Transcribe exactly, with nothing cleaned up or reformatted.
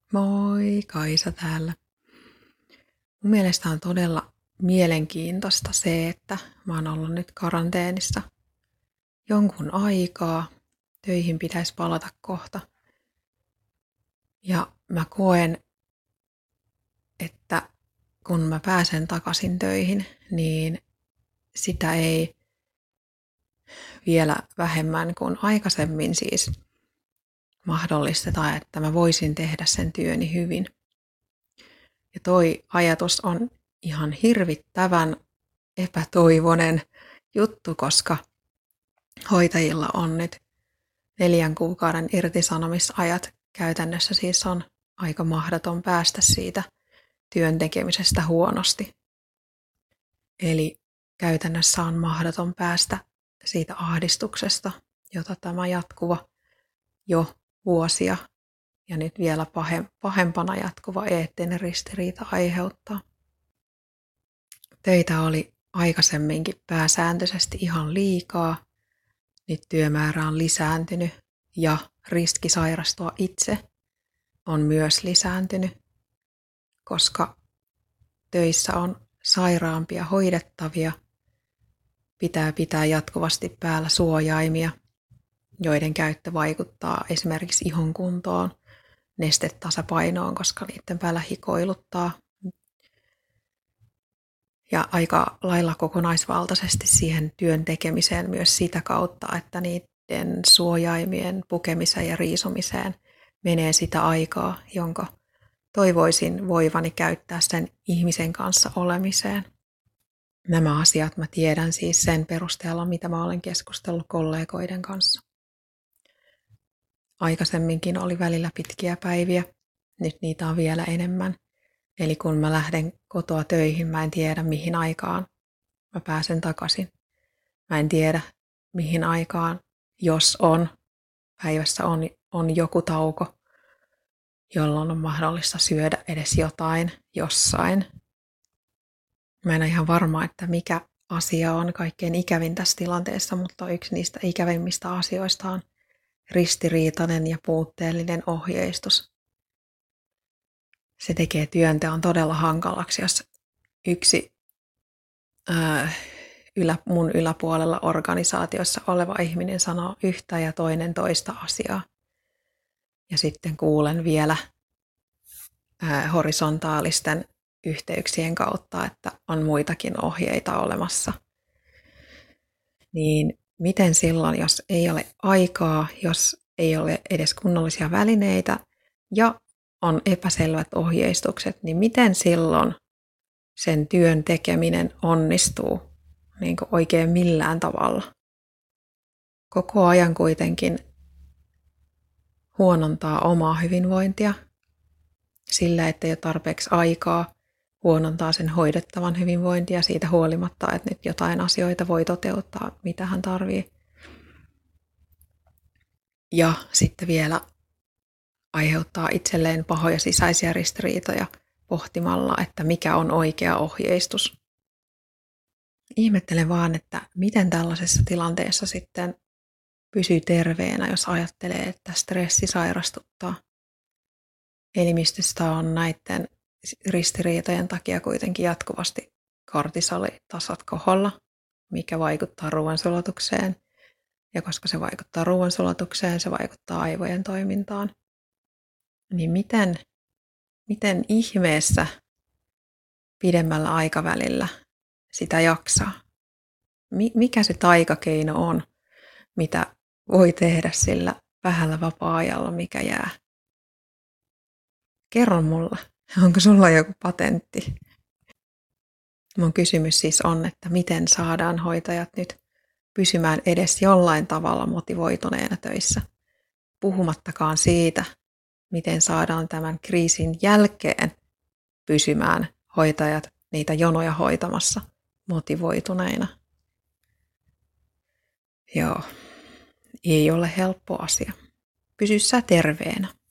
Moi, Kaisa täällä. Mun mielestä on todella mielenkiintoista se, että mä oon ollut nyt karanteenissa jonkun aikaa. Töihin pitäisi palata kohta. Ja mä koen, että kun mä pääsen takaisin töihin, niin sitä ei vielä vähemmän kuin aikaisemmin siis mahdollisteta, että mä voisin tehdä sen työni hyvin. Ja toi ajatus on ihan hirvittävän epätoivoinen juttu, koska hoitajilla on nyt neljän kuukauden irtisanomisajat. Käytännössä siis on aika mahdoton päästä siitä työn tekemisestä huonosti. Eli käytännössä on mahdoton päästä siitä ahdistuksesta, jota tämä jatkuva jo vuosia ja nyt vielä pahempana jatkuva eettinen ristiriita aiheuttaa. Töitä oli aikaisemminkin pääsääntöisesti ihan liikaa. Nyt työmäärä on lisääntynyt ja riski sairastua itse on myös lisääntynyt, koska töissä on sairaampia hoidettavia. Pitää pitää jatkuvasti päällä suojaimia, joiden käyttö vaikuttaa esimerkiksi ihon kuntoon, nestetasapainoon, koska niiden päällä hikoiluttaa. Ja aika lailla kokonaisvaltaisesti siihen työn tekemiseen myös sitä kautta, että niiden suojaimien pukemiseen ja riisumiseen menee sitä aikaa, jonka toivoisin voivani käyttää sen ihmisen kanssa olemiseen. Nämä asiat mä tiedän siis sen perusteella, mitä mä olen keskustellut kollegoiden kanssa. Aikaisemminkin oli välillä pitkiä päiviä, nyt niitä on vielä enemmän. Eli kun mä lähden kotoa töihin, mä en tiedä mihin aikaan mä pääsen takaisin. Mä en tiedä mihin aikaan, jos on, päivässä on, on joku tauko, jolloin on mahdollista syödä edes jotain jossain. Mä en ole ihan varma, että mikä asia on kaikkein ikävin tässä tilanteessa, mutta yksi niistä ikävimmistä asioista on ristiriitainen ja puutteellinen ohjeistus. Se tekee työnteon todella hankalaksi, jos yksi ää, ylä, mun yläpuolella organisaatiossa oleva ihminen sanoo yhtä ja toinen toista asiaa. Ja sitten kuulen vielä ää, horisontaalisten yhteyksien kautta, että on muitakin ohjeita olemassa. Niin miten silloin, jos ei ole aikaa, jos ei ole edes kunnollisia välineitä ja on epäselvät ohjeistukset, niin miten silloin sen työn tekeminen onnistuu niin kuin oikein millään tavalla? Koko ajan kuitenkin huonontaa omaa hyvinvointia sillä, että ei ole tarpeeksi aikaa, huonontaa sen hoidettavan hyvinvointia siitä huolimatta, että nyt jotain asioita voi toteuttaa, mitä hän tarvii. Ja sitten vielä aiheuttaa itselleen pahoja sisäisiä ristiriitoja pohtimalla, että mikä on oikea ohjeistus. Ihmettelen vaan, että miten tällaisessa tilanteessa sitten pysyy terveenä, jos ajattelee, että stressi sairastuttaa. Elimistöstä on näiden ristiriitojen takia kuitenkin jatkuvasti kortisolitasot koholla, mikä vaikuttaa ruoansulatukseen. Ja koska se vaikuttaa ruoansulatukseen, se vaikuttaa aivojen toimintaan. Niin miten, miten ihmeessä pidemmällä aikavälillä sitä jaksaa? Mikä se taikakeino on, mitä voi tehdä sillä vähällä vapaa-ajalla, mikä jää? Kerro mulle, onko sulla joku patentti? Mun kysymys siis on, että miten saadaan hoitajat nyt pysymään edes jollain tavalla motivoituneena töissä, puhumattakaan siitä, miten saadaan tämän kriisin jälkeen pysymään hoitajat niitä jonoja hoitamassa motivoituneina. Joo, ei ole helppo asia. Pysy sä terveenä.